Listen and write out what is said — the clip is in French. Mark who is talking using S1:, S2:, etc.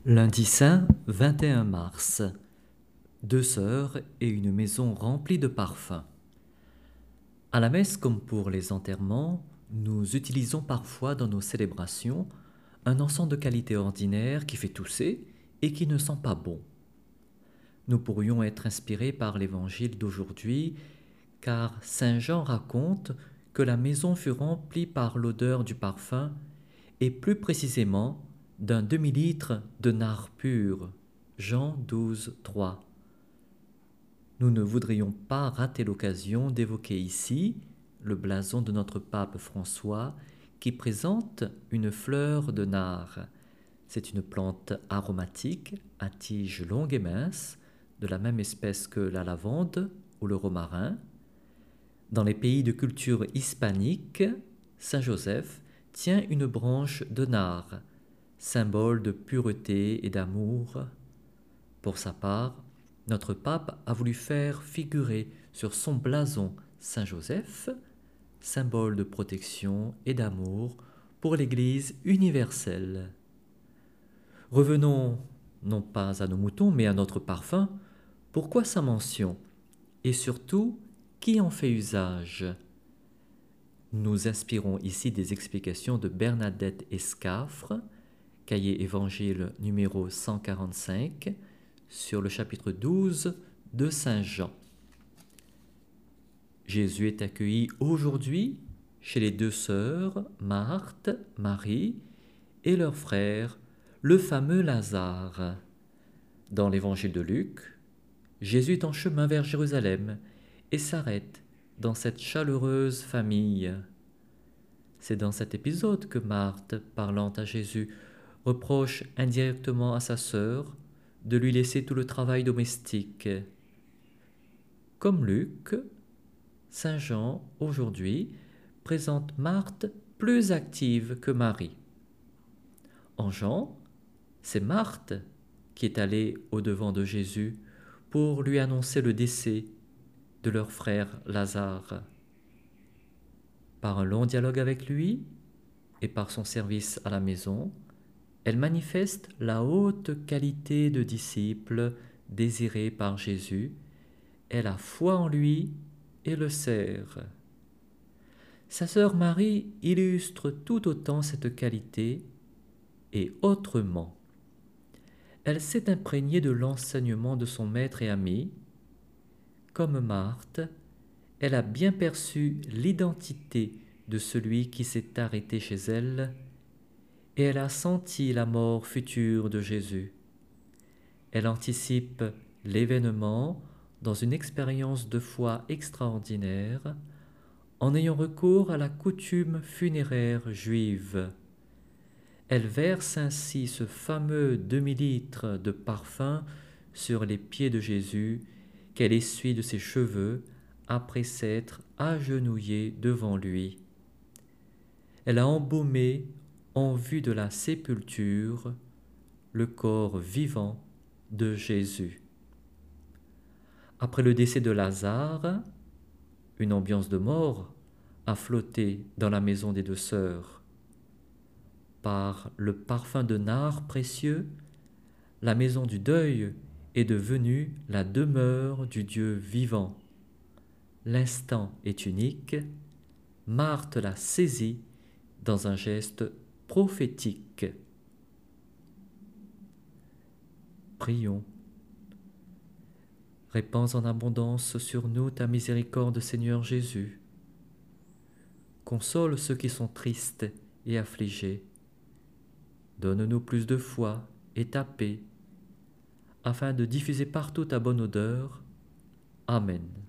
S1: Lundi saint, 21 mars. 2 sœurs et une maison remplie de parfums. À la messe, comme pour les enterrements, nous utilisons parfois dans nos célébrations un encens de qualité ordinaire qui fait tousser et qui ne sent pas bon. Nous pourrions être inspirés par l'évangile d'aujourd'hui, car saint Jean raconte que la maison fut remplie par l'odeur du parfum et plus précisément d'un demi-litre de nard pur. Jean 12, 3. Nous ne voudrions pas rater l'occasion d'évoquer ici le blason de notre pape François qui présente une fleur de nard. C'est une plante aromatique à tige longue et mince, de la même espèce que la lavande ou le romarin. Dans les pays de culture hispanique, Saint Joseph tient une branche de nard, symbole de pureté et d'amour. Pour sa part, notre pape a voulu faire figurer sur son blason Saint Joseph, symbole de protection et d'amour pour l'Église universelle. Revenons non pas à nos moutons, mais à notre parfum. Pourquoi sa mention? Et surtout, qui en fait usage? Nous inspirons ici des explications de Bernadette Escafre, cahier évangile numéro 145, sur le chapitre 12 de Saint Jean. Jésus est accueilli aujourd'hui chez les 2 sœurs, Marthe, Marie, et leur frère, le fameux Lazare. Dans l'évangile de Luc, Jésus est en chemin vers Jérusalem et s'arrête dans cette chaleureuse famille. C'est dans cet épisode que Marthe, parlant à Jésus, reproche indirectement à sa sœur de lui laisser tout le travail domestique. Comme Luc, Saint Jean, aujourd'hui, présente Marthe plus active que Marie. En Jean, c'est Marthe qui est allée au-devant de Jésus pour lui annoncer le décès de leur frère Lazare. Par un long dialogue avec lui et par son service à la maison, elle manifeste la haute qualité de disciple désirée par Jésus. Elle a foi en lui et le sert. Sa sœur Marie illustre tout autant cette qualité et autrement. Elle s'est imprégnée de l'enseignement de son maître et ami. Comme Marthe, elle a bien perçu l'identité de celui qui s'est arrêté chez elle et elle a senti la mort future de Jésus. Elle anticipe l'événement dans une expérience de foi extraordinaire en ayant recours à la coutume funéraire juive. Elle verse ainsi ce fameux demi-litre de parfum sur les pieds de Jésus qu'elle essuie de ses cheveux après s'être agenouillée devant lui. Elle a embaumé, en vue de la sépulture, le corps vivant de Jésus. Après le décès de Lazare, une ambiance de mort a flotté dans la maison des 2 sœurs. Par le parfum de nard précieux, la maison du deuil est devenue la demeure du Dieu vivant. L'instant est unique, Marthe l'a saisi dans un geste prophétique. Prions. Répands en abondance sur nous ta miséricorde, Seigneur Jésus. Console ceux qui sont tristes et affligés. Donne-nous plus de foi et ta paix, afin de diffuser partout ta bonne odeur. Amen.